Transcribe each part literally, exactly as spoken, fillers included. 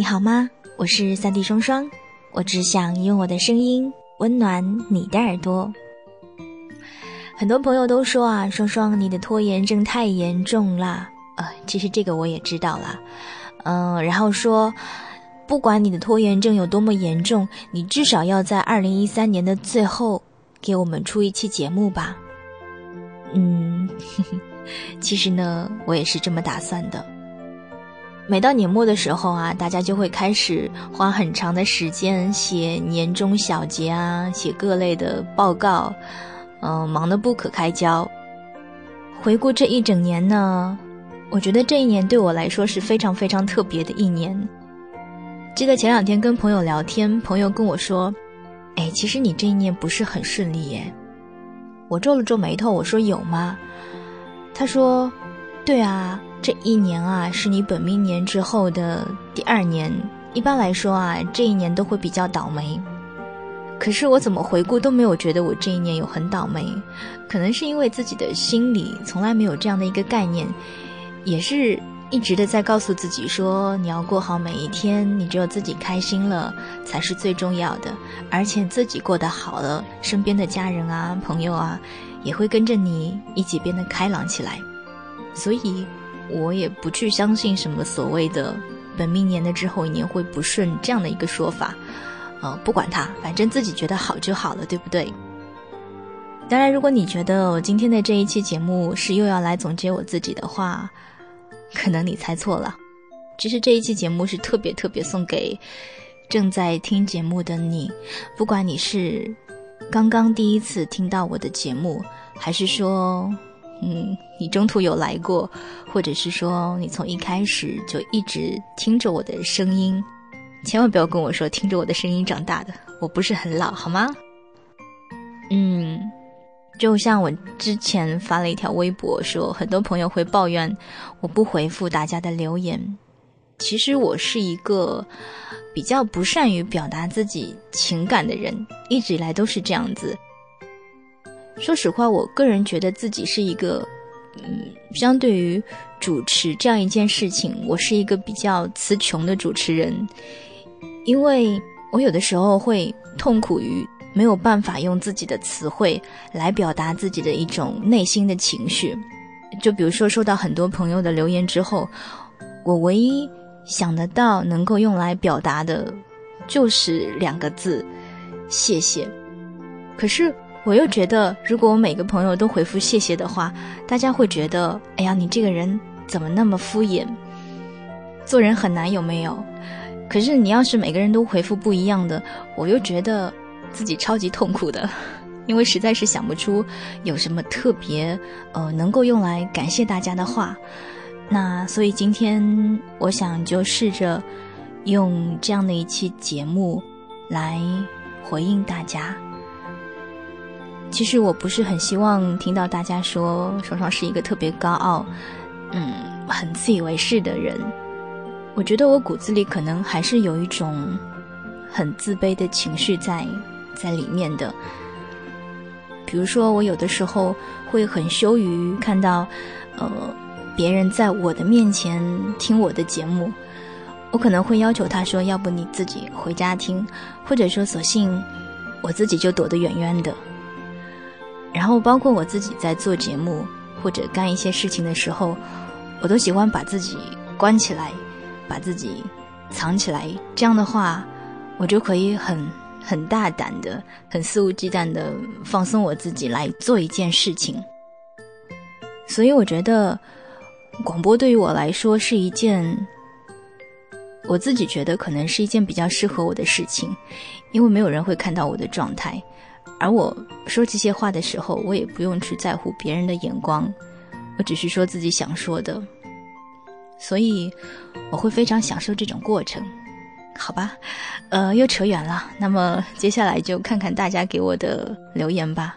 你好吗？我是三 D 双双，我只想用我的声音温暖你的耳朵。很多朋友都说啊，双双你的拖延症太严重啦。呃，其实这个我也知道啦。嗯、呃，然后说不管你的拖延症有多么严重，你至少要在二零一三年的最后给我们出一期节目吧。嗯，呵呵，其实呢，我也是这么打算的。每到年末的时候啊，大家就会开始花很长的时间写年终小结啊，写各类的报告，嗯、呃，忙得不可开交。回顾这一整年呢，我觉得这一年对我来说是非常非常特别的一年。记得前两天跟朋友聊天，朋友跟我说，哎，其实你这一年不是很顺利耶。我皱了皱眉头，我说有吗？他说，对啊，这一年啊是你本命年之后的第二年，一般来说啊这一年都会比较倒霉。可是我怎么回顾都没有觉得我这一年有很倒霉，可能是因为自己的心里从来没有这样的一个概念，也是一直的在告诉自己说，你要过好每一天，你只有自己开心了才是最重要的，而且自己过得好了，身边的家人啊朋友啊也会跟着你一起变得开朗起来。所以我也不去相信什么所谓的本命年的之后一年会不顺这样的一个说法，呃，不管它，反正自己觉得好就好了，对不对？当然，如果你觉得我今天的这一期节目是又要来总结我自己的话，可能你猜错了。其实这一期节目是特别特别送给正在听节目的你，不管你是刚刚第一次听到我的节目，还是说嗯，你中途有来过，或者是说你从一开始就一直听着我的声音，千万不要跟我说听着我的声音长大的，我不是很老，好吗？嗯，就像我之前发了一条微博说，很多朋友会抱怨我不回复大家的留言。其实我是一个比较不善于表达自己情感的人，一直以来都是这样子。说实话，我个人觉得自己是一个嗯，相对于主持这样一件事情，我是一个比较词穷的主持人，因为我有的时候会痛苦于没有办法用自己的词汇来表达自己的一种内心的情绪。就比如说收到很多朋友的留言之后，我唯一想得到能够用来表达的就是两个字，谢谢。可是我又觉得，如果我每个朋友都回复谢谢的话，大家会觉得，哎呀，你这个人怎么那么敷衍，做人很难有没有？可是你要是每个人都回复不一样的，我又觉得自己超级痛苦的，因为实在是想不出有什么特别呃能够用来感谢大家的话。那所以今天我想就试着用这样的一期节目来回应大家。其实我不是很希望听到大家说双双是一个特别高傲嗯，很自以为是的人。我觉得我骨子里可能还是有一种很自卑的情绪在在里面的。比如说我有的时候会很羞于看到呃别人在我的面前听我的节目，我可能会要求他说，要不你自己回家听，或者说索性我自己就躲得远远的。然后包括我自己在做节目或者干一些事情的时候，我都喜欢把自己关起来，把自己藏起来，这样的话我就可以很很大胆的很肆无忌惮的放松我自己来做一件事情。所以我觉得广播对于我来说是一件，我自己觉得可能是一件比较适合我的事情，因为没有人会看到我的状态，而我说这些话的时候，我也不用去在乎别人的眼光，我只是说自己想说的，所以我会非常享受这种过程。好吧，呃，又扯远了，那么接下来就看看大家给我的留言吧。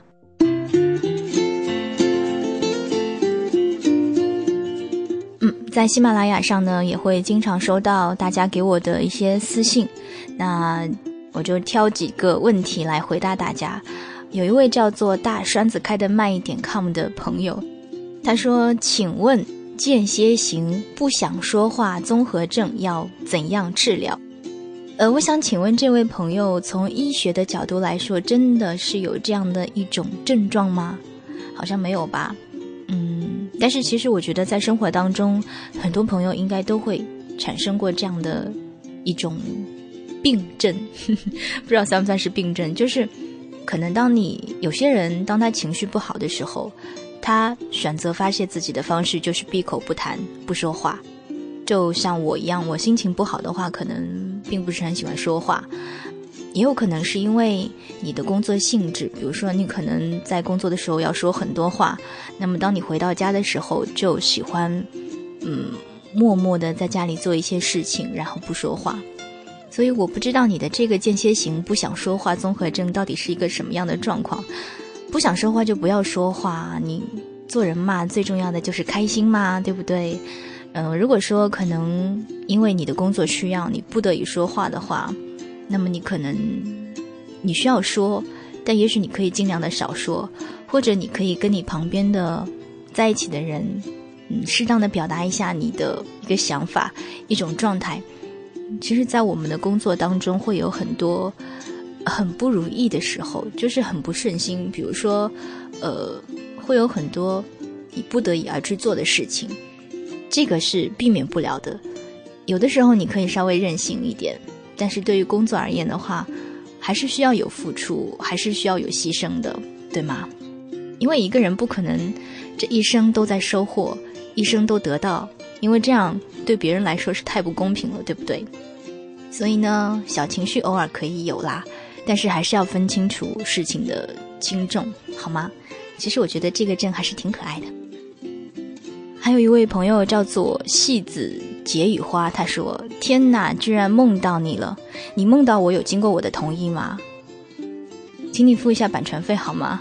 嗯，在喜马拉雅上呢，也会经常收到大家给我的一些私信，那我就挑几个问题来回答大家。有一位叫做大栓子开的慢一点 com 的朋友，他说，请问间歇型不想说话综合症要怎样治疗？呃，我想请问这位朋友，从医学的角度来说，真的是有这样的一种症状吗？好像没有吧。嗯，但是其实我觉得在生活当中，很多朋友应该都会产生过这样的一种病症，不知道算不算是病症，就是可能当你有些人当他情绪不好的时候，他选择发泄自己的方式就是闭口不谈，不说话。就像我一样，我心情不好的话可能并不是很喜欢说话，也有可能是因为你的工作性质，比如说你可能在工作的时候要说很多话，那么当你回到家的时候就喜欢嗯，默默的在家里做一些事情然后不说话。所以我不知道你的这个间歇型不想说话综合症到底是一个什么样的状况。不想说话就不要说话，你做人嘛，最重要的就是开心嘛，对不对？嗯、呃，如果说可能因为你的工作需要你不得已说话的话，那么你可能你需要说，但也许你可以尽量的少说，或者你可以跟你旁边的在一起的人嗯，适当的表达一下你的一个想法，一种状态。其实在我们的工作当中会有很多很不如意的时候，就是很不顺心，比如说呃，会有很多你不得已而去做的事情，这个是避免不了的。有的时候你可以稍微任性一点，但是对于工作而言的话，还是需要有付出，还是需要有牺牲的，对吗？因为一个人不可能这一生都在收获，一生都得到，因为这样对别人来说是太不公平了，对不对？所以呢，小情绪偶尔可以有啦，但是还是要分清楚事情的轻重，好吗？其实我觉得这个症还是挺可爱的。还有一位朋友叫做戏子结语花，他说：天哪，居然梦到你了，你梦到我有经过我的同意吗？请你付一下版权费好吗？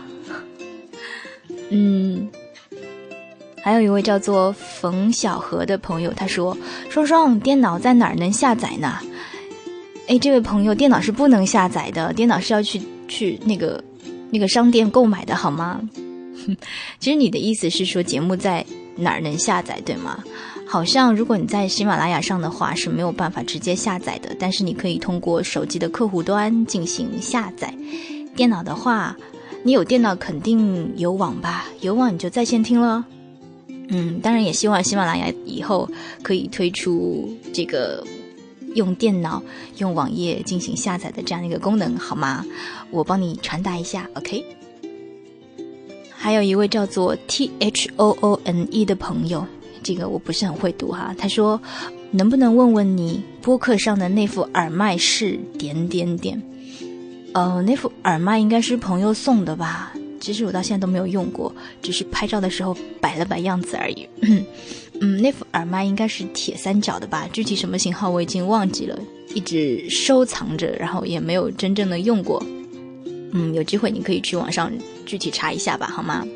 嗯，还有一位叫做冯小河的朋友，他说：双双，电脑在哪儿能下载呢？诶，这位朋友，电脑是不能下载的，电脑是要去去那个那个商店购买的好吗？其实你的意思是说节目在哪儿能下载，对吗？好像如果你在喜马拉雅上的话是没有办法直接下载的，但是你可以通过手机的客户端进行下载。电脑的话，你有电脑肯定有网吧，有网你就在线听了。嗯，当然也希望喜马拉雅以后可以推出这个用电脑用网页进行下载的这样一个功能，好吗？我帮你传达一下 OK。 还有一位叫做 T H O O N E 的朋友，这个我不是很会读哈，他说能不能问问你播客上的那副耳麦是点点点。呃，那副耳麦应该是朋友送的吧，其实我到现在都没有用过，只是拍照的时候摆了摆样子而已。嗯，那副耳麦应该是铁三角的吧，具体什么型号我已经忘记了，一直收藏着，然后也没有真正的用过。嗯，有机会你可以去网上具体查一下吧，好吗？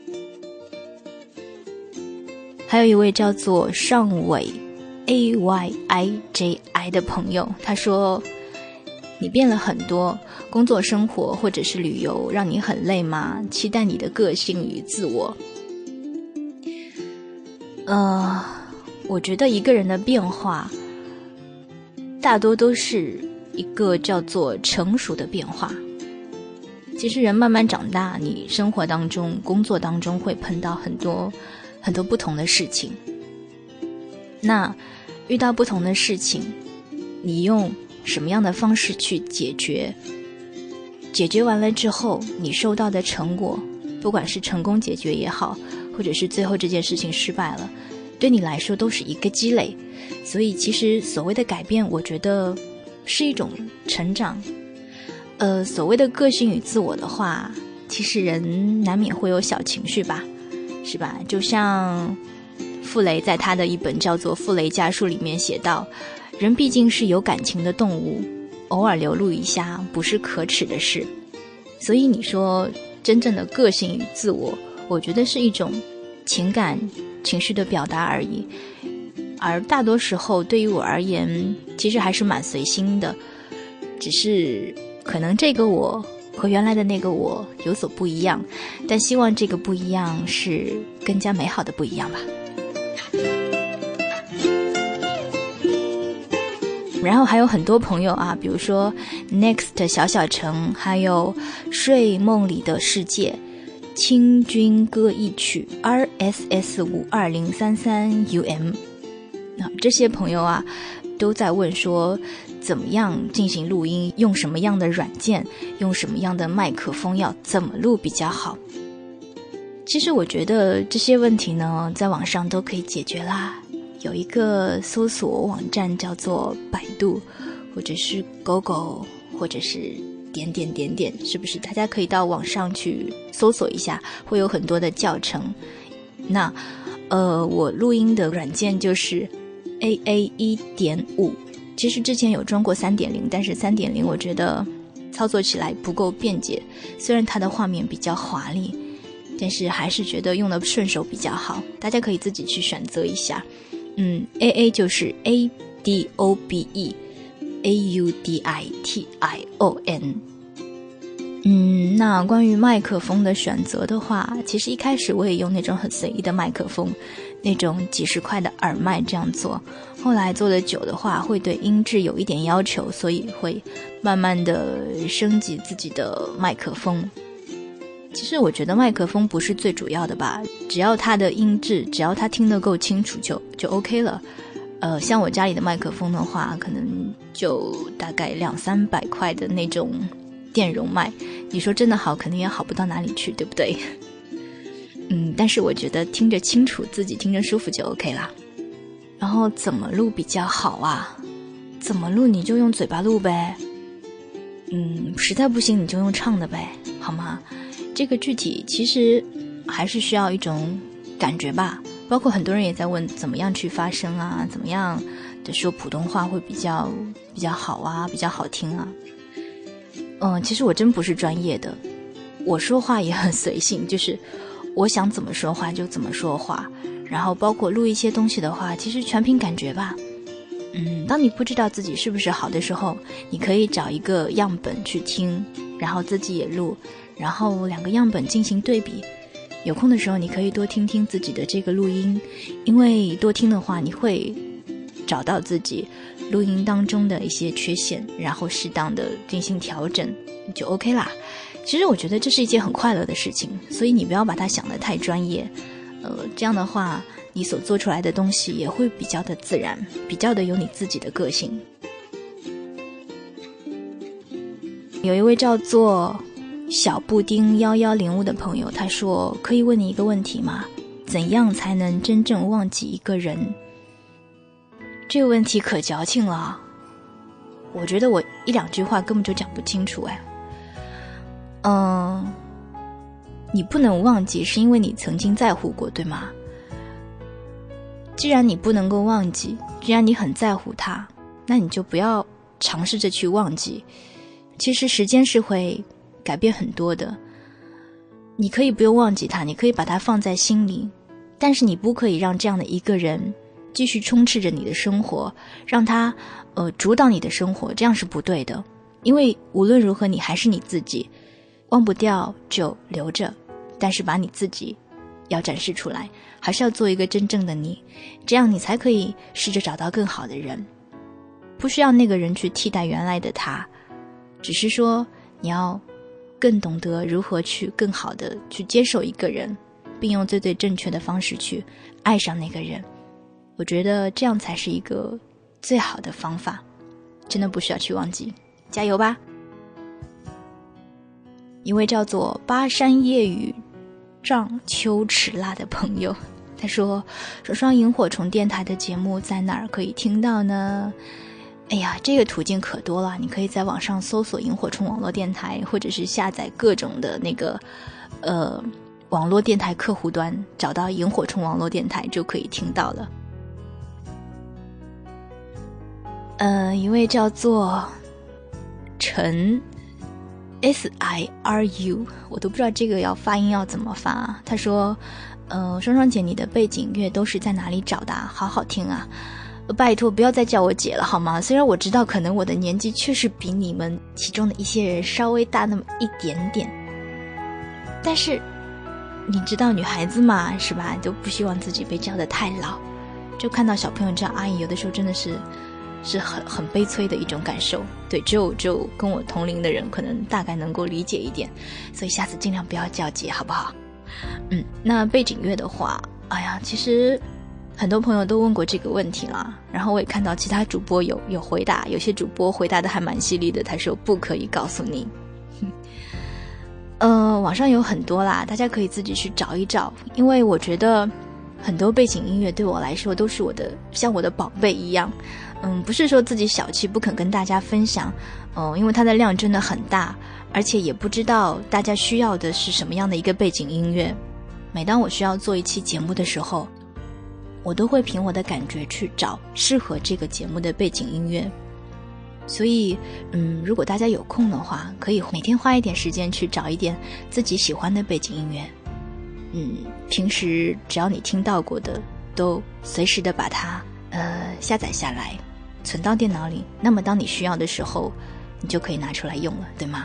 还有一位叫做上尾 A Y I J I 的朋友，他说你变了很多，工作生活或者是旅游让你很累吗？期待你的个性与自我。呃，我觉得一个人的变化大多都是一个叫做成熟的变化。其实人慢慢长大，你生活当中工作当中会碰到很多很多不同的事情，那遇到不同的事情，你用什么样的方式去解决，解决完了之后你收到的成果，不管是成功解决也好，或者是最后这件事情失败了，对你来说都是一个积累。所以其实所谓的改变，我觉得是一种成长。呃，所谓的个性与自我的话，其实人难免会有小情绪吧，是吧？就像傅雷在他的一本叫做《傅雷家书》里面写到，人毕竟是有感情的动物，偶尔流露一下不是可耻的事。所以你说真正的个性与自我，我觉得是一种情感情绪的表达而已，而大多时候对于我而言其实还是蛮随心的，只是可能这个我和原来的那个我有所不一样，但希望这个不一样是更加美好的不一样吧。 然后还有很多朋友啊，比如说 Next 小小城，还有睡梦里的世界，清军歌一曲 R S S 五二零三三 U M。 那这些朋友啊都在问说怎么样进行录音，用什么样的软件，用什么样的麦克风，要怎么录比较好。其实我觉得这些问题呢在网上都可以解决啦，有一个搜索网站叫做百度，或者是狗狗，或者是点点点点，是不是？大家可以到网上去搜索一下，会有很多的教程。那呃，我录音的软件就是 A A 一点五， 其实之前有装过 三点零， 但是 三点零 我觉得操作起来不够便捷，虽然它的画面比较华丽，但是还是觉得用的顺手比较好，大家可以自己去选择一下。嗯 A A 就是 A D O B E A U D I T I O N。 嗯，那关于麦克风的选择的话，其实一开始我也用那种很随意的麦克风，那种几十块的耳麦这样做，后来做的久的话会对音质有一点要求，所以会慢慢的升级自己的麦克风。其实我觉得麦克风不是最主要的吧，只要它的音质，只要它听得够清楚就就 OK 了。呃，像我家里的麦克风的话，可能就大概两三百块的那种电容麦，你说真的好，肯定也好不到哪里去，对不对？嗯，但是我觉得听着清楚，自己听着舒服就 OK 啦。然后怎么录比较好啊？怎么录你就用嘴巴录呗。嗯，实在不行你就用唱的呗，好吗？这个具体其实还是需要一种感觉吧，包括很多人也在问怎么样去发声啊，怎么样的说普通话会比较比较好啊，比较好听啊。嗯，其实我真不是专业的，我说话也很随性，就是我想怎么说话就怎么说话，然后包括录一些东西的话，其实全凭感觉吧。嗯，当你不知道自己是不是好的时候，你可以找一个样本去听，然后自己也录，然后两个样本进行对比。有空的时候你可以多听听自己的这个录音，因为多听的话你会找到自己录音当中的一些缺陷，然后适当的进行调整，就 OK 啦。其实我觉得这是一件很快乐的事情，所以你不要把它想得太专业，呃，这样的话你所做出来的东西也会比较的自然，比较的有你自己的个性。有一位叫做小布丁一一零五的朋友，他说可以问你一个问题吗？怎样才能真正忘记一个人？这个问题可矫情了，我觉得我一两句话根本就讲不清楚哎。嗯，你不能忘记是因为你曾经在乎过，对吗？既然你不能够忘记，既然你很在乎他，那你就不要尝试着去忘记。其实时间是会改变很多的，你可以不用忘记他，你可以把他放在心里，但是你不可以让这样的一个人继续充斥着你的生活，让他呃主导你的生活，这样是不对的。因为无论如何你还是你自己，忘不掉就留着，但是把你自己要展示出来，还是要做一个真正的你，这样你才可以试着找到更好的人。不需要那个人去替代原来的他，只是说你要更懂得如何去更好的去接受一个人，并用最最正确的方式去爱上那个人。我觉得这样才是一个最好的方法，真的不需要去忘记，加油吧。一位叫做巴山夜雨丈秋齿辣的朋友，他说双双萤火虫电台的节目在哪儿可以听到呢？哎呀，这个途径可多了，你可以在网上搜索萤火虫网络电台，或者是下载各种的那个呃网络电台客户端，找到萤火虫网络电台就可以听到了。呃，一位叫做陈 S I R U， 我都不知道这个要发音要怎么发啊。他说呃，双双姐你的背景乐都是在哪里找的啊？好好听啊，拜托不要再叫我姐了好吗？虽然我知道可能我的年纪确实比你们其中的一些人稍微大那么一点点，但是你知道女孩子嘛，是吧，都不希望自己被叫得太老，就看到小朋友叫阿姨，有的时候真的是是很很悲催的一种感受。对，只有只有跟我同龄的人可能大概能够理解一点，所以下次尽量不要叫姐好不好？嗯，那背景乐的话，哎呀，其实很多朋友都问过这个问题啦，然后我也看到其他主播有有回答，有些主播回答的还蛮犀利的，他说不可以告诉你。呃，网上有很多啦，大家可以自己去找一找，因为我觉得很多背景音乐对我来说都是我的像我的宝贝一样。嗯，不是说自己小气不肯跟大家分享，嗯，因为它的量真的很大，而且也不知道大家需要的是什么样的一个背景音乐。每当我需要做一期节目的时候，我都会凭我的感觉去找适合这个节目的背景音乐。所以嗯，如果大家有空的话，可以每天花一点时间去找一点自己喜欢的背景音乐。嗯，平时只要你听到过的都随时的把它呃下载下来，存到电脑里，那么当你需要的时候你就可以拿出来用了，对吗？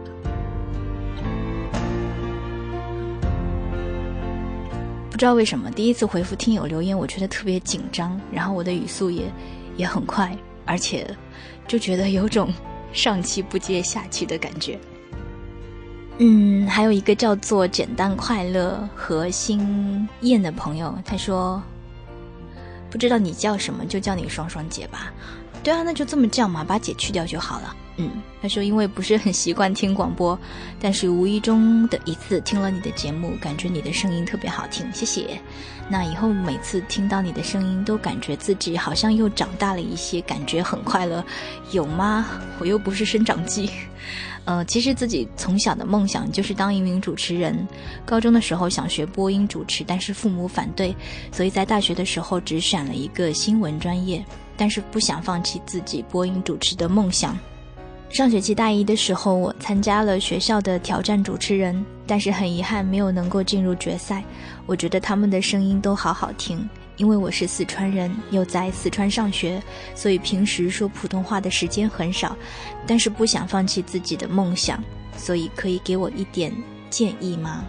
不知道为什么第一次回复听友留言我觉得特别紧张，然后我的语速也也很快，而且就觉得有种上气不接下气的感觉。嗯，还有一个叫做简单快乐和心燕的朋友，他说不知道你叫什么，就叫你双双姐吧。对啊，那就这么叫嘛，把姐去掉就好了。嗯，他说因为不是很习惯听广播，但是无意中的一次听了你的节目，感觉你的声音特别好听，谢谢。那以后每次听到你的声音都感觉自己好像又长大了一些，感觉很快乐。有吗？我又不是生长记。呃，其实自己从小的梦想就是当一名主持人，高中的时候想学播音主持，但是父母反对，所以在大学的时候只选了一个新闻专业，但是不想放弃自己播音主持的梦想。上学期大一的时候，我参加了学校的挑战主持人，但是很遗憾没有能够进入决赛。我觉得他们的声音都好好听，因为我是四川人，又在四川上学，所以平时说普通话的时间很少，但是不想放弃自己的梦想，所以可以给我一点建议吗？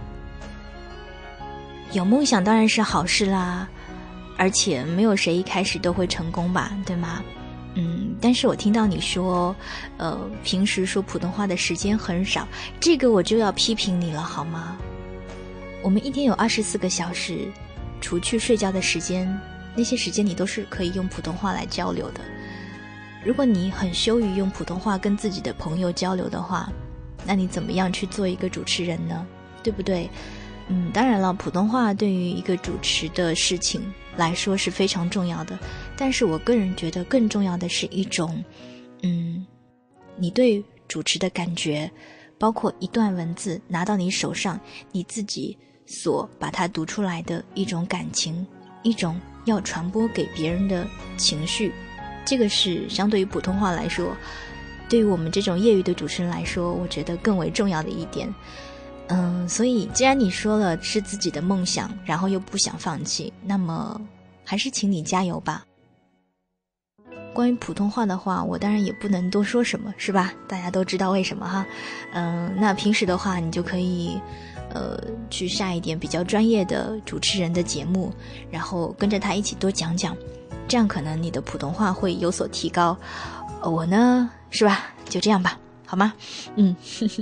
有梦想当然是好事啦，而且没有谁一开始都会成功吧，对吗？嗯，但是我听到你说呃，平时说普通话的时间很少，这个我就要批评你了好吗？我们一天有二十四个小时，除去睡觉的时间，那些时间你都是可以用普通话来交流的。如果你很羞于用普通话跟自己的朋友交流的话，那你怎么样去做一个主持人呢？对不对？嗯，当然了，普通话对于一个主持的事情来说是非常重要的，但是我个人觉得更重要的是一种嗯，你对主持的感觉，包括一段文字拿到你手上，你自己所把它读出来的一种感情，一种要传播给别人的情绪，这个是相对于普通话来说，对于我们这种业余的主持人来说，我觉得更为重要的一点。嗯，所以既然你说了是自己的梦想，然后又不想放弃，那么还是请你加油吧。关于普通话的话，我当然也不能多说什么，是吧？大家都知道为什么哈。嗯，那平时的话，你就可以呃去下一点比较专业的主持人的节目，然后跟着他一起多讲讲，这样可能你的普通话会有所提高。呃、我呢，是吧？就这样吧，好吗？嗯。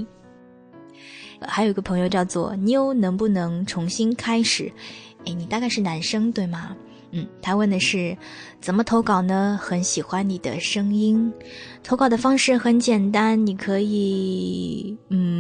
还有一个朋友叫做妞，能不能重新开始？诶，你大概是男生对吗？嗯，他问的是怎么投稿呢？很喜欢你的声音。投稿的方式很简单，你可以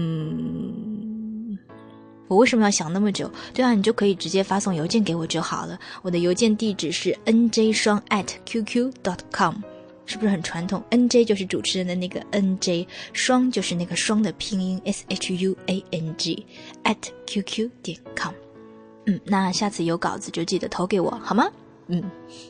嗯，我为什么要想那么久？对啊，你就可以直接发送邮件给我就好了。我的邮件地址是 n j 双 at q q dot com， 是不是很传统？ N J 就是主持人的那个 N J， 双就是那个双的拼音 S H U A N G at q q 点 com。嗯，那下次有稿子就记得投给我好吗？嗯，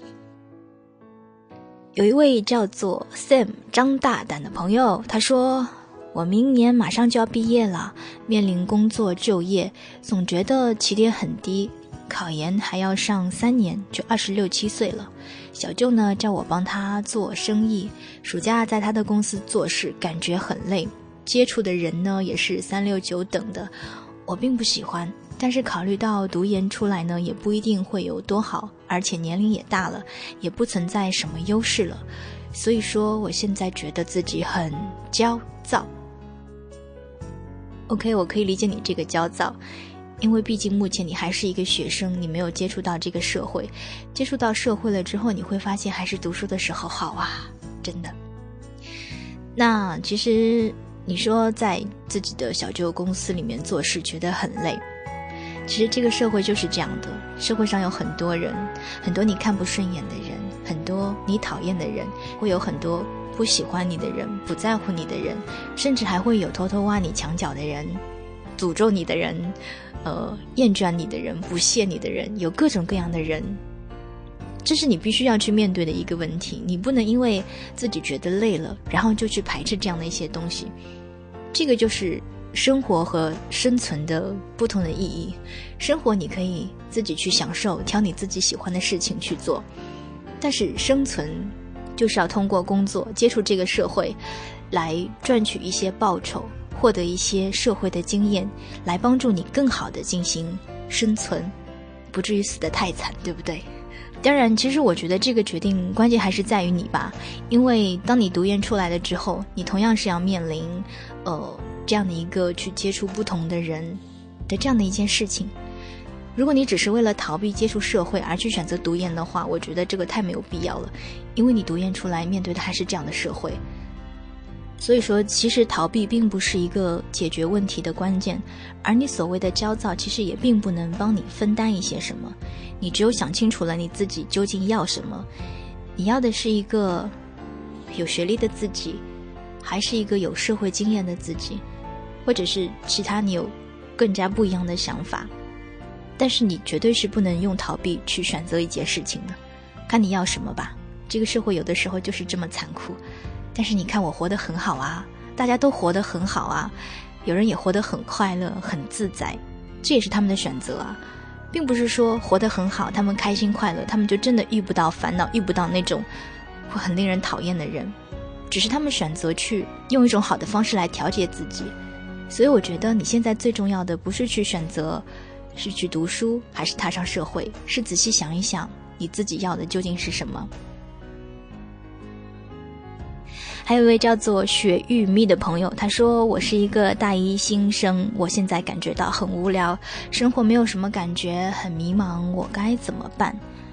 有一位叫做 Sam 张大胆的朋友，他说我明年马上就要毕业了，面临工作就业，总觉得起点很低，考研还要上三年，就二十六七岁了。小舅呢叫我帮他做生意，暑假在他的公司做事，感觉很累，接触的人呢也是三六九等的，我并不喜欢。但是考虑到读研出来呢也不一定会有多好，而且年龄也大了，也不存在什么优势了。 所以说我现在觉得自己很焦躁。 OK， 我可以理解你这个焦躁，因为毕竟目前你还是一个学生，你没有接触到这个社会，接触到社会了之后，你会发现还是读书的时候好啊，真的。那其实你说在自己的小旧公司里面做事觉得很累，其实这个社会就是这样的，社会上有很多人，很多你看不顺眼的人，很多你讨厌的人，会有很多不喜欢你的人，不在乎你的人，甚至还会有偷偷挖你墙角的人，诅咒你的人，呃，厌倦你的人，不屑你的人，有各种各样的人。这是你必须要去面对的一个问题，你不能因为自己觉得累了，然后就去排斥这样的一些东西。这个就是生活和生存的不同的意义。生活你可以自己去享受，挑你自己喜欢的事情去做，但是生存就是要通过工作接触这个社会，来赚取一些报酬，获得一些社会的经验，来帮助你更好的进行生存，不至于死得太惨，对不对？当然其实我觉得这个决定关键还是在于你吧，因为当你读研出来了之后，你同样是要面临呃这样的一个去接触不同的人的这样的一件事情。如果你只是为了逃避接触社会而去选择读研的话，我觉得这个太没有必要了，因为你读研出来面对的还是这样的社会。所以说其实逃避并不是一个解决问题的关键，而你所谓的焦躁其实也并不能帮你分担一些什么。你只有想清楚了你自己究竟要什么，你要的是一个有学历的自己，还是一个有社会经验的自己，或者是其他你有更加不一样的想法。但是你绝对是不能用逃避去选择一件事情的，看你要什么吧。这个社会有的时候就是这么残酷，但是你看我活得很好啊，大家都活得很好啊，有人也活得很快乐很自在，这也是他们的选择啊，并不是说活得很好他们开心快乐，他们就真的遇不到烦恼，遇不到那种会很令人讨厌的人，只是他们选择去用一种好的方式来调节自己。所以我觉得你现在最重要的不是去选择是去读书还是踏上社会，是仔细想一想你自己要的究竟是什么。还有一位叫做雪玉蜜的朋友，他说我是一个大一新生，我现在感觉到很无聊，生活没有什么感觉，很迷茫，我该怎么办？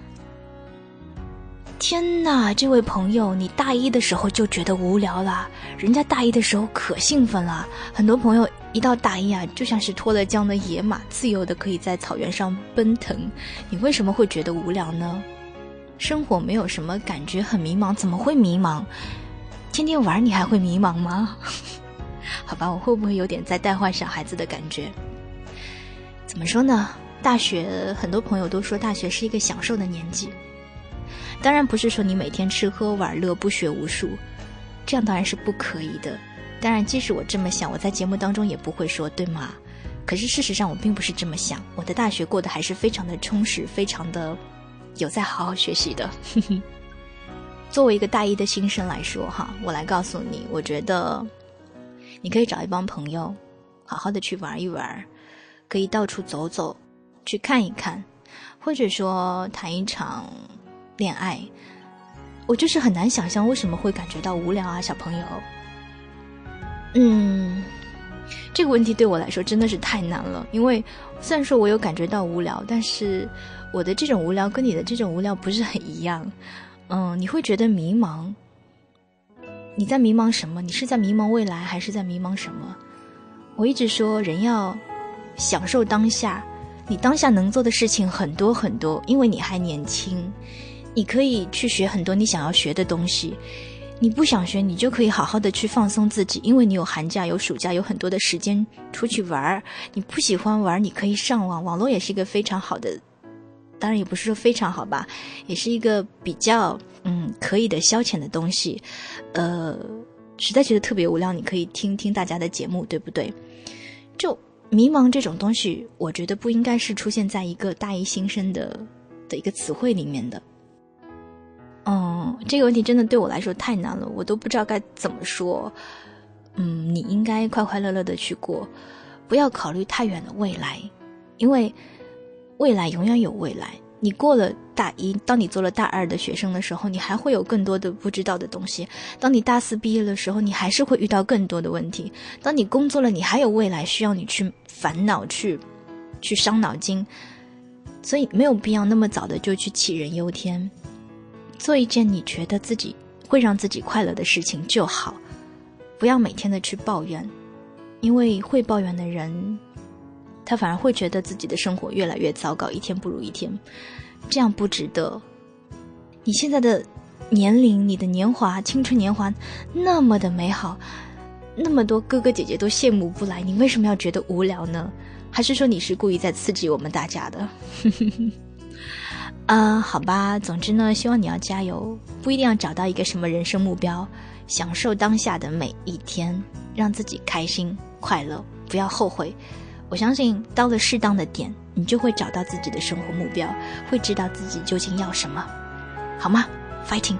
天哪，这位朋友，你大一的时候就觉得无聊了，人家大一的时候可兴奋了，很多朋友一到大一啊，就像是脱了缰的野马，自由的可以在草原上奔腾，你为什么会觉得无聊呢？生活没有什么感觉，很迷茫，怎么会迷茫？天天玩你还会迷茫吗？好吧，我会不会有点在带坏小孩子的感觉？怎么说呢，大学很多朋友都说大学是一个享受的年纪，当然不是说你每天吃喝玩乐不学无术，这样当然是不可以的。当然即使我这么想，我在节目当中也不会说，对吗？可是事实上我并不是这么想，我的大学过得还是非常的充实，非常的有在好好学习的。作为一个大一的新生来说哈，我来告诉你，我觉得你可以找一帮朋友好好的去玩一玩，可以到处走走，去看一看，或者说谈一场恋爱。我就是很难想象为什么会感觉到无聊啊，小朋友。嗯，这个问题对我来说真的是太难了，因为虽然说我有感觉到无聊，但是我的这种无聊跟你的这种无聊不是很一样。嗯，你会觉得迷茫，你在迷茫什么？你是在迷茫未来还是在迷茫什么？我一直说人要享受当下，你当下能做的事情很多很多，因为你还年轻，你可以去学很多你想要学的东西，你不想学你就可以好好的去放松自己，因为你有寒假有暑假，有很多的时间出去玩。你不喜欢玩你可以上网，网络也是一个非常好的，当然也不是说非常好吧，也是一个比较嗯可以的消遣的东西。呃，实在觉得特别无聊，你可以听听大家的节目，对不对？就迷茫这种东西，我觉得不应该是出现在一个大一新生的的一个词汇里面的。嗯，这个问题真的对我来说太难了，我都不知道该怎么说。嗯，你应该快快乐乐的去过，不要考虑太远的未来，因为未来永远有未来， 你过了大一，当你做了大二的学生的时候，你还会有更多的不知道的东西。当你大四毕业的时候，你还是会遇到更多的问题。当你工作了，你还有未来需要你去烦恼，去去伤脑筋。所以没有必要那么早的就去杞人忧天，做一件你觉得自己会让自己快乐的事情就好，不要每天的去抱怨，因为会抱怨的人，他反而会觉得自己的生活越来越糟糕，一天不如一天，这样不值得。你现在的年龄，你的年华，青春年华那么的美好，那么多哥哥姐姐都羡慕不来，你为什么要觉得无聊呢？还是说你是故意在刺激我们大家的？啊、呃，好吧，总之呢，希望你要加油，不一定要找到一个什么人生目标，享受当下的每一天，让自己开心快乐，不要后悔。我相信到了适当的点，你就会找到自己的生活目标，会知道自己究竟要什么，好吗？ Fighting。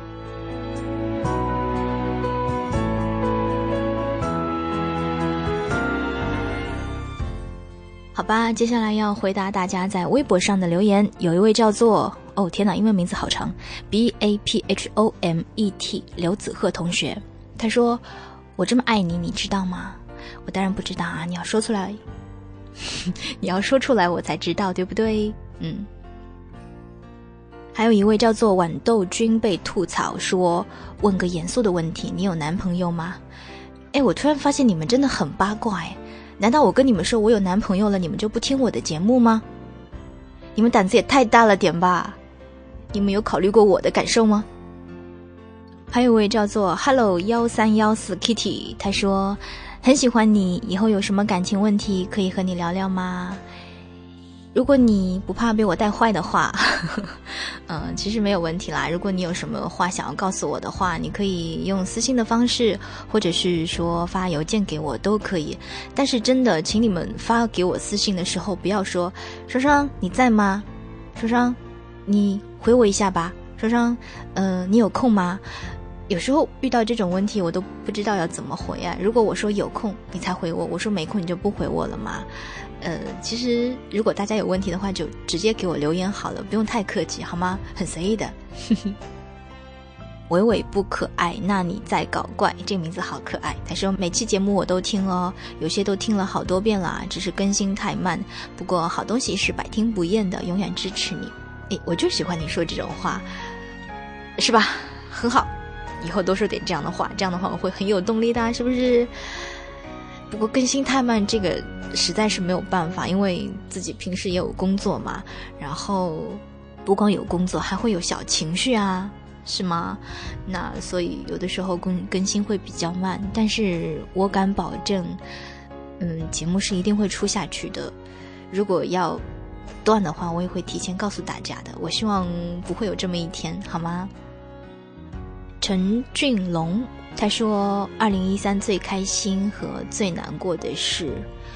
好吧，接下来要回答大家在微博上的留言。有一位叫做哦天哪，英文名字好长 B A P H O M E T 刘子赫同学，他说我这么爱你，你知道吗？我当然不知道啊，你要说出来你要说出来我才知道，对不对？嗯。还有一位叫做豌豆君被吐槽说，问个严肃的问题，你有男朋友吗？诶，我突然发现你们真的很八卦诶，难道我跟你们说我有男朋友了，你们就不听我的节目吗？你们胆子也太大了点吧？你们有考虑过我的感受吗？还有一位叫做 Hello 一三一四 Kitty， 他说很喜欢你，以后有什么感情问题可以和你聊聊吗？如果你不怕被我带坏的话嗯，其实没有问题啦。如果你有什么话想要告诉我的话，你可以用私信的方式，或者是说发邮件给我都可以。但是真的请你们发给我私信的时候不要说双双你在吗？双双你回我一下吧。双双呃，你有空吗？有时候遇到这种问题我都不知道要怎么回啊。如果我说有空你才回我，我说没空你就不回我了吗？呃，其实如果大家有问题的话就直接给我留言好了，不用太客气好吗？很随意的伟伟不可爱，那你在搞怪，这名字好可爱。他说每期节目我都听哦，有些都听了好多遍啦，只是更新太慢，不过好东西是百听不厌的，永远支持你。诶，我就喜欢你说这种话，是吧？很好，以后多说点这样的话，这样的话我会很有动力的，是不是？不过更新太慢这个实在是没有办法，因为自己平时也有工作嘛，然后不光有工作还会有小情绪啊，是吗？那所以有的时候更更新会比较慢，但是我敢保证嗯，节目是一定会出下去的。如果要断的话我也会提前告诉大家的，我希望不会有这么一天，好吗？陈俊龙他说二零一三最开心和最难过的事，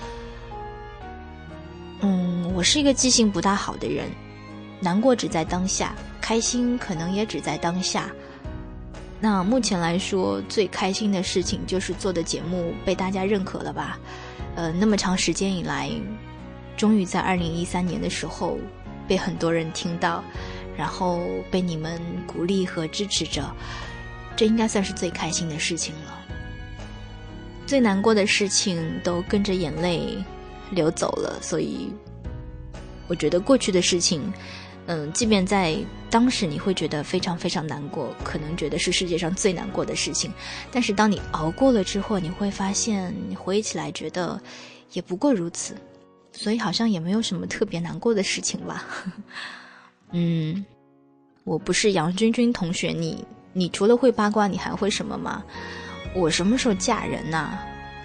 嗯，我是一个记性不大好的人，难过只在当下，开心可能也只在当下。那目前来说最开心的事情就是做的节目被大家认可了吧，呃，那么长时间以来终于在二零一三年的时候被很多人听到，然后被你们鼓励和支持着，这应该算是最开心的事情了。最难过的事情都跟着眼泪流走了，所以我觉得过去的事情嗯，即便在当时你会觉得非常非常难过，可能觉得是世界上最难过的事情，但是当你熬过了之后，你会发现你回忆起来觉得也不过如此，所以好像也没有什么特别难过的事情吧。嗯，我不是杨君君同学，你你除了会八卦你还会什么吗？我什么时候嫁人啊？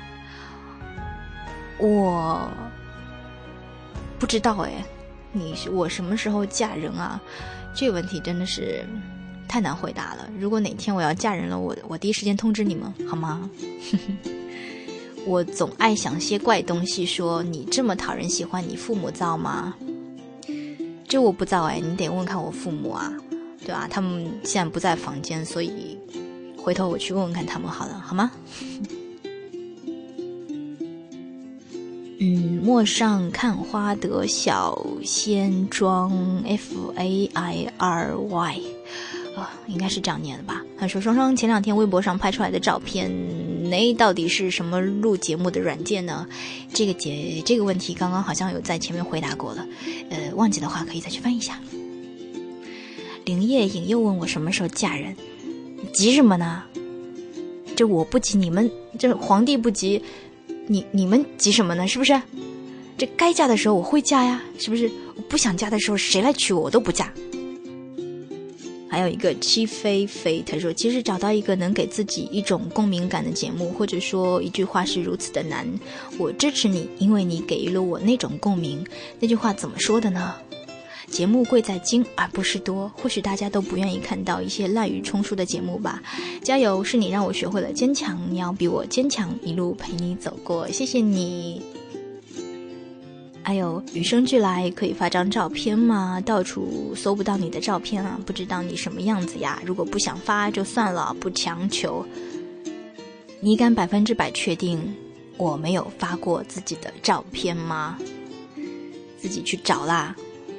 我不知道诶，你我什么时候嫁人啊？这个问题真的是太难回答了。如果哪天我要嫁人了，我我第一时间通知你们好吗？我总爱想些怪东西，说你这么讨人喜欢，你父母造吗？这我不造哎，你得问看我父母啊，对吧？他们现在不在房间，所以回头我去问问看他们好了，好吗？ 嗯，陌上看花的小仙庄 F A I R Y， 呃，应该是这样念的吧。他说双双前两天微博上拍出来的照片，那到底是什么录节目的软件呢？这个节这个问题刚刚好像有在前面回答过了，呃，忘记的话可以再去翻一下。林叶颖又问我什么时候嫁人，急什么呢？这我不急，你们这皇帝不急，你你们急什么呢？是不是？这该嫁的时候我会嫁呀，是不是？我不想嫁的时候谁来娶我我都不嫁。还有一个七飞飞，他说其实找到一个能给自己一种共鸣感的节目，或者说一句话是如此的难，我支持你，因为你给予了我那种共鸣。那句话怎么说的呢？节目贵在精而不是多，或许大家都不愿意看到一些滥竽充数的节目吧。加油，是你让我学会了坚强，你要比我坚强，一路陪你走过，谢谢你。还有与生俱来可以发张照片吗？到处搜不到你的照片啊，不知道你什么样子呀。如果不想发就算了，不强求。你敢百分之百确定我没有发过自己的照片吗？自己去找啦。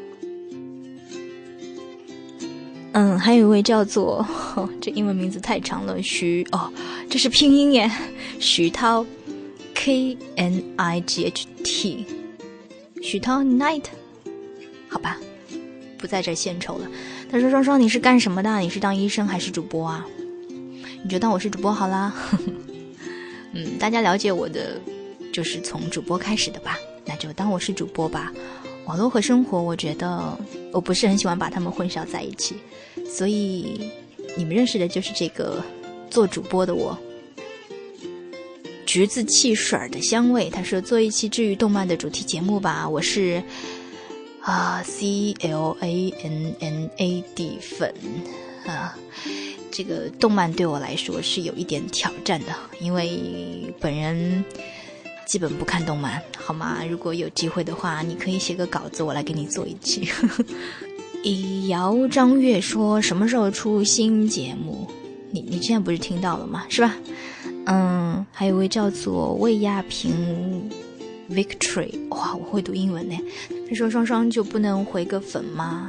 嗯，还有一位叫做、哦、这英文名字太长了，徐哦，这是拼音耶，徐涛 K N I G H T， 徐涛 Night， 好吧，不在这献丑了。他说双双你是干什么的？你是当医生还是主播啊？你就当我是主播好啦。嗯，大家了解我的就是从主播开始的吧，那就当我是主播吧。网络和生活我觉得我不是很喜欢把它们混淆在一起，所以你们认识的就是这个做主播的我。橘子汽水的香味，他说做一期治愈动漫的主题节目吧，我是啊 C L A N N A D 粉啊，这个动漫对我来说是有一点挑战的，因为本人基本不看动漫，好吗？如果有机会的话，你可以写个稿子，我来给你做一期。以姚张月说什么时候出新节目？你你现在不是听到了吗？是吧？嗯，还有一位叫做魏亚平 Victory， 哇，我会读英文呢。他说双双就不能回个粉吗？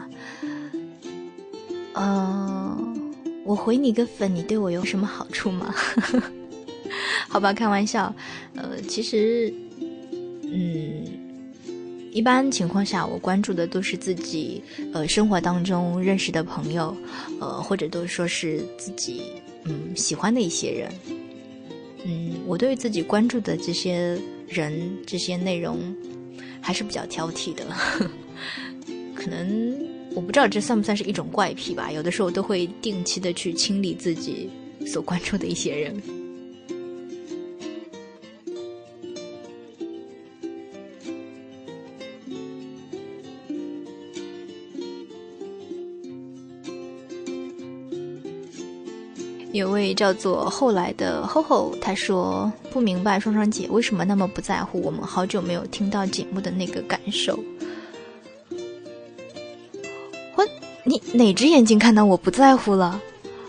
呃，我回你个粉，你对我有什么好处吗？好吧，开玩笑。呃，其实，嗯，一般情况下，我关注的都是自己呃生活当中认识的朋友，呃，或者都说是自己嗯喜欢的一些人。嗯，我对于自己关注的这些人、这些内容还是比较挑剔的。可能我不知道这算不算是一种怪癖吧。有的时候都会定期的去清理自己所关注的一些人。有位叫做后来的吼吼，他说不明白双双姐为什么那么不在乎我们好久没有听到节目的那个感受。我你哪只眼睛看到我不在乎了？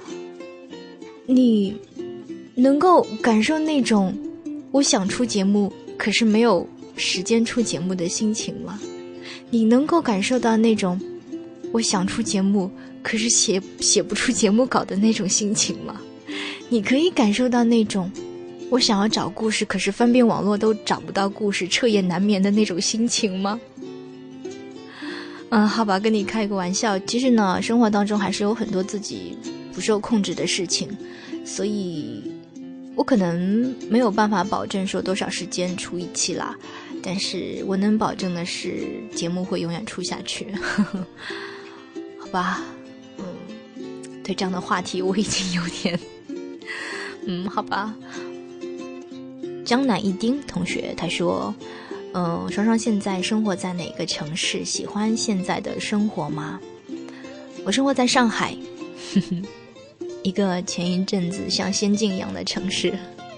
你能够感受那种我想出节目可是没有时间出节目的心情吗？你能够感受到那种我想出节目可是写写不出节目稿的那种心情吗？你可以感受到那种我想要找故事可是翻遍网络都找不到故事彻夜难眠的那种心情吗？嗯，好吧，跟你开个玩笑。其实呢，生活当中还是有很多自己不受控制的事情，所以我可能没有办法保证说多少时间出一期啦，但是我能保证的是节目会永远出下去。好吧，嗯，对这样的话题我已经有点嗯，好吧。江南一丁同学他说嗯、呃，双双现在生活在哪个城市？喜欢现在的生活吗？我生活在上海，呵呵，一个前一阵子像仙境一样的城市。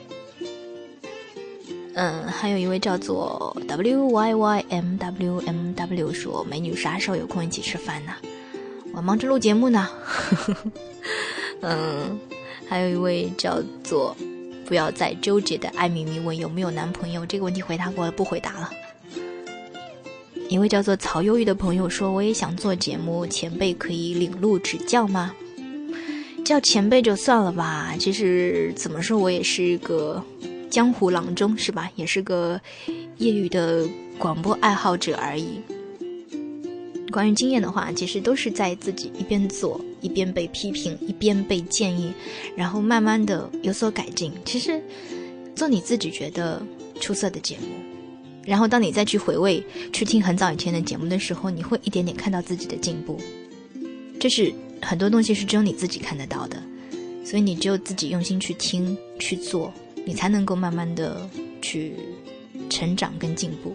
嗯，还有一位叫做 W Y Y M W M W 说美女啥时候有空一起吃饭呢？我忙着录节目呢。嗯，还有一位叫做不要再纠结的爱咪咪问有没有男朋友，这个问题回答过了，不回答了。一位叫做曹忧郁的朋友说，我也想做节目，前辈可以领路指教吗？叫前辈就算了吧，其实怎么说，我也是个江湖郎中是吧，也是个业余的广播爱好者而已。关于经验的话，其实都是在自己一边做一边被批评一边被建议，然后慢慢的有所改进。其实做你自己觉得出色的节目，然后当你再去回味去听很早以前的节目的时候，你会一点点看到自己的进步。这是很多东西是只有你自己看得到的，所以你只有自己用心去听去做，你才能够慢慢的去成长跟进步。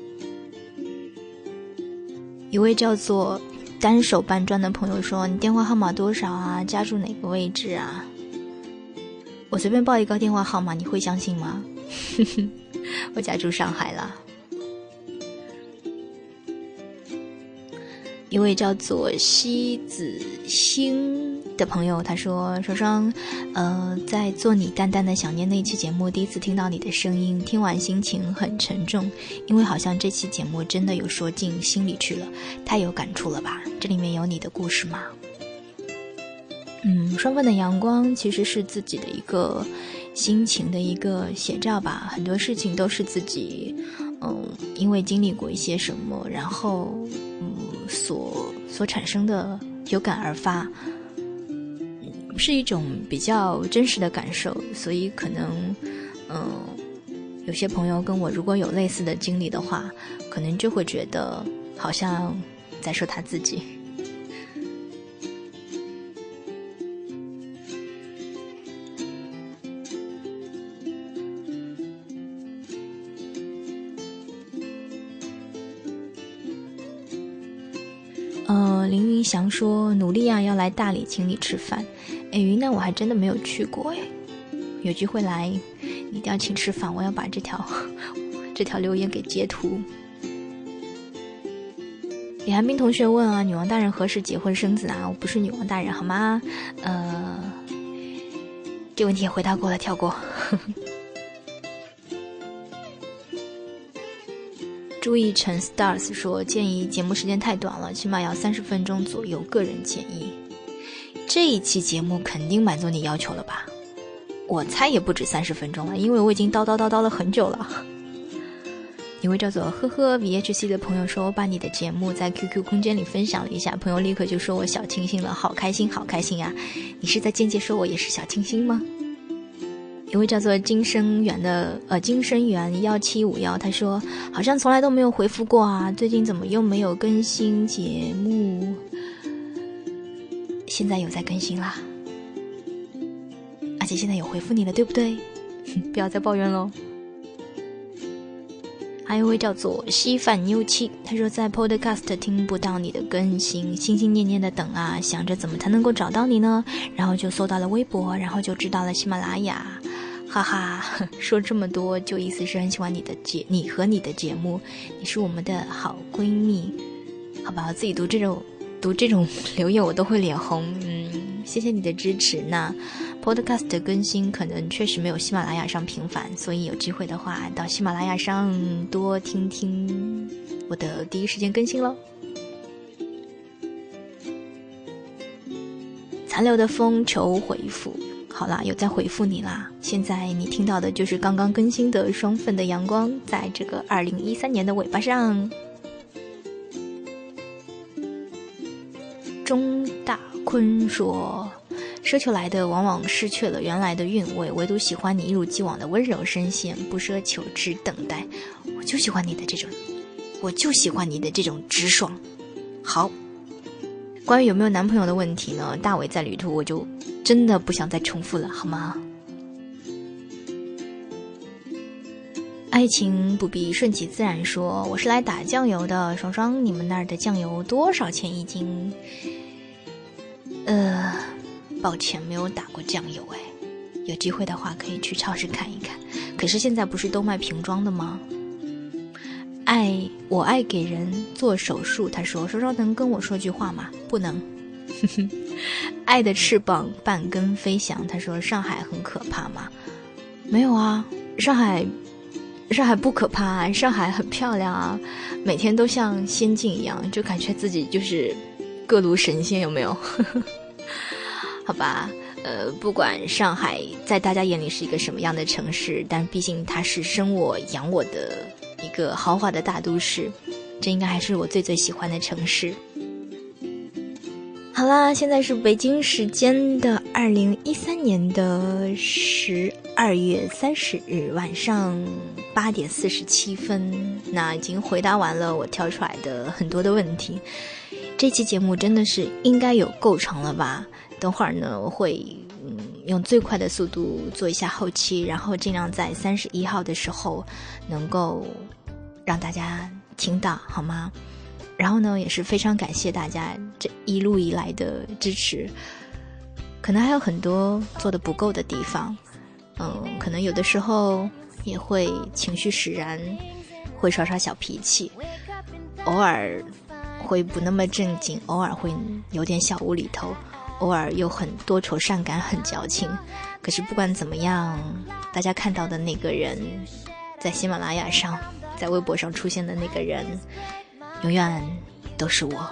一位叫做单手搬砖的朋友说，你电话号码多少啊？家住哪个位置啊？我随便报一个电话号码，你会相信吗？我家住上海啦。一位叫做西子星的朋友他说，双双呃，在做你淡淡的想念那期节目，第一次听到你的声音，听完心情很沉重，因为好像这期节目真的有说进心里去了，太有感触了吧？这里面有你的故事吗？嗯，双份的阳光其实是自己的一个心情的一个写照吧，很多事情都是自己嗯，因为经历过一些什么，然后嗯所所产生的有感而发，是一种比较真实的感受，所以可能嗯，有些朋友跟我如果有类似的经历的话，可能就会觉得好像在说他自己。呃，林云祥说努力啊，要来大理请你吃饭。哎，云南我还真的没有去过哎，有机会来一定要请吃饭，我要把这条这条留言给截图。李寒冰同学问啊，女王大人何时结婚生子啊？我不是女王大人好吗？呃，这问题也回答过了，跳过。朱一晨 stars 说，建议节目时间太短了，起码要三十分钟左右，个人建议。这一期节目肯定满足你要求了吧？我猜也不止三十分钟了，因为我已经叨叨叨叨了很久了。一位叫做呵呵 V H C 的朋友说，我把你的节目在 Q Q 空间里分享了一下，朋友立刻就说我小清新了，好开心好开心啊！你是在间接说我也是小清新吗？一位叫做金生源的呃金生源一七五一，他说好像从来都没有回复过啊，最近怎么又没有更新节目？现在有在更新啦，而且现在有回复你了，对不对？不要再抱怨咯。还有一位叫做稀饭妞七，他说在 Podcast 听不到你的更新，心心念念的等啊，想着怎么才能够找到你呢？然后就搜到了微博，然后就知道了喜马拉雅。哈哈，说这么多就意思是很喜欢你的节你和你的节目，你是我们的好闺蜜。好吧，我自己读这种读这种留言我都会脸红。嗯，谢谢你的支持。那 Podcast 的更新可能确实没有喜马拉雅上频繁，所以有机会的话到喜马拉雅上多听听我的第一时间更新咯。残留的风求回复，好啦，有在回复你啦。现在你听到的就是刚刚更新的双份的阳光，在这个二零一三年的尾巴上。钟大坤说，奢求来的往往失去了原来的韵味，唯独喜欢你一如既往的温柔声线，不奢求只等待。我就喜欢你的这种我就喜欢你的这种直爽。好，关于有没有男朋友的问题呢，大伟在旅途我就真的不想再重复了，好吗？爱情不必顺其自然说，我是来打酱油的，双双你们那儿的酱油多少钱一斤？呃，抱歉没有打过酱油哎，有机会的话可以去超市看一看，可是现在不是都卖瓶装的吗？爱我爱给人做手术，他说双双能跟我说句话吗？不能。爱的翅膀半根飞翔，他说上海很可怕吗？ 没有啊，上海上海不可怕啊，上海很漂亮啊，每天都像仙境一样，就感觉自己就是各路神仙，有没有？好吧，呃，不管上海在大家眼里是一个什么样的城市，但毕竟它是生我养我的一个豪华的大都市，这应该还是我最最喜欢的城市。好啦，现在是北京时间的二零一三年的十二月三十日晚上八点四十七分，那已经回答完了我挑出来的很多的问题。这期节目真的是应该有够长了吧？等会儿呢，我会嗯用最快的速度做一下后期，然后尽量在三十一号的时候能够让大家听到，好吗？然后呢，也是非常感谢大家这一路以来的支持，可能还有很多做得不够的地方，嗯，可能有的时候也会情绪使然，会耍耍小脾气，偶尔会不那么正经，偶尔会有点小无厘头，偶尔又很多愁善感，很矫情。可是不管怎么样，大家看到的那个人，在喜马拉雅上，在微博上出现的那个人，永远都是我。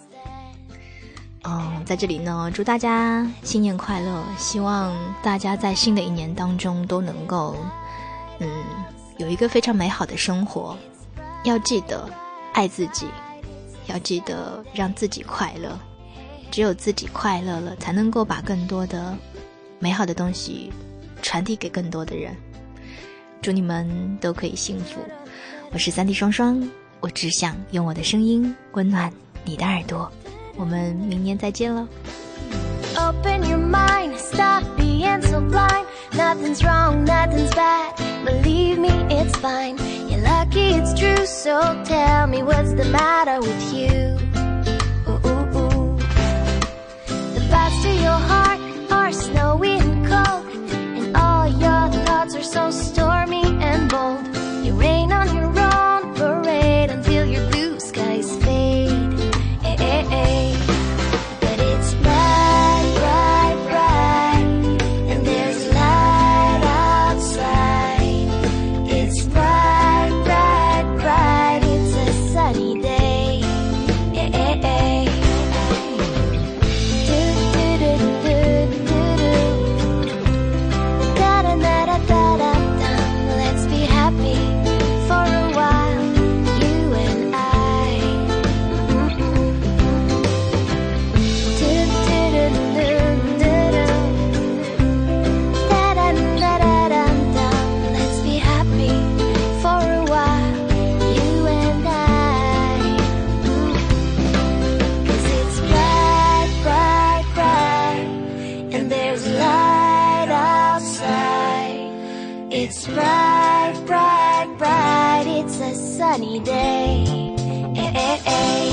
嗯，在这里呢，祝大家新年快乐，希望大家在新的一年当中都能够嗯有一个非常美好的生活。要记得爱自己，要记得让自己快乐，只有自己快乐了，才能够把更多的美好的东西传递给更多的人。祝你们都可以幸福。我是三 D 双双，我只想用我的声音温暖你的耳朵。我们明年再见了。 Open your mind, stop being so blind. Nothing's wrong, nothing's bad. Believe me, it's fine. You're lucky, it's true. So tell me what's the matter with you. Ooh, ooh, ooh. The paths to your heart are snowy and cold, and all your thoughts are so stormy and bold. You rain on your own parade until your blue skies fade. Hey, hey, hey. But it's bright, bright, bright, and there's light outside. It's bright, bright, bright, it's a sunny day. Hey, hey, hey. Do, do, do, do, do, do. Da, da, da, da, da, da, da. Let's be happy for a while, you and I. Mm-mm. Do, do, do, do, do, do. Da, da, da, da, da, da. Let's be happy for a while, you and I. Mm. 'Cause it's bright, bright, bright, and there's light outside. It's bright, bright, bright, it's a sunny day. Eh, eh, eh.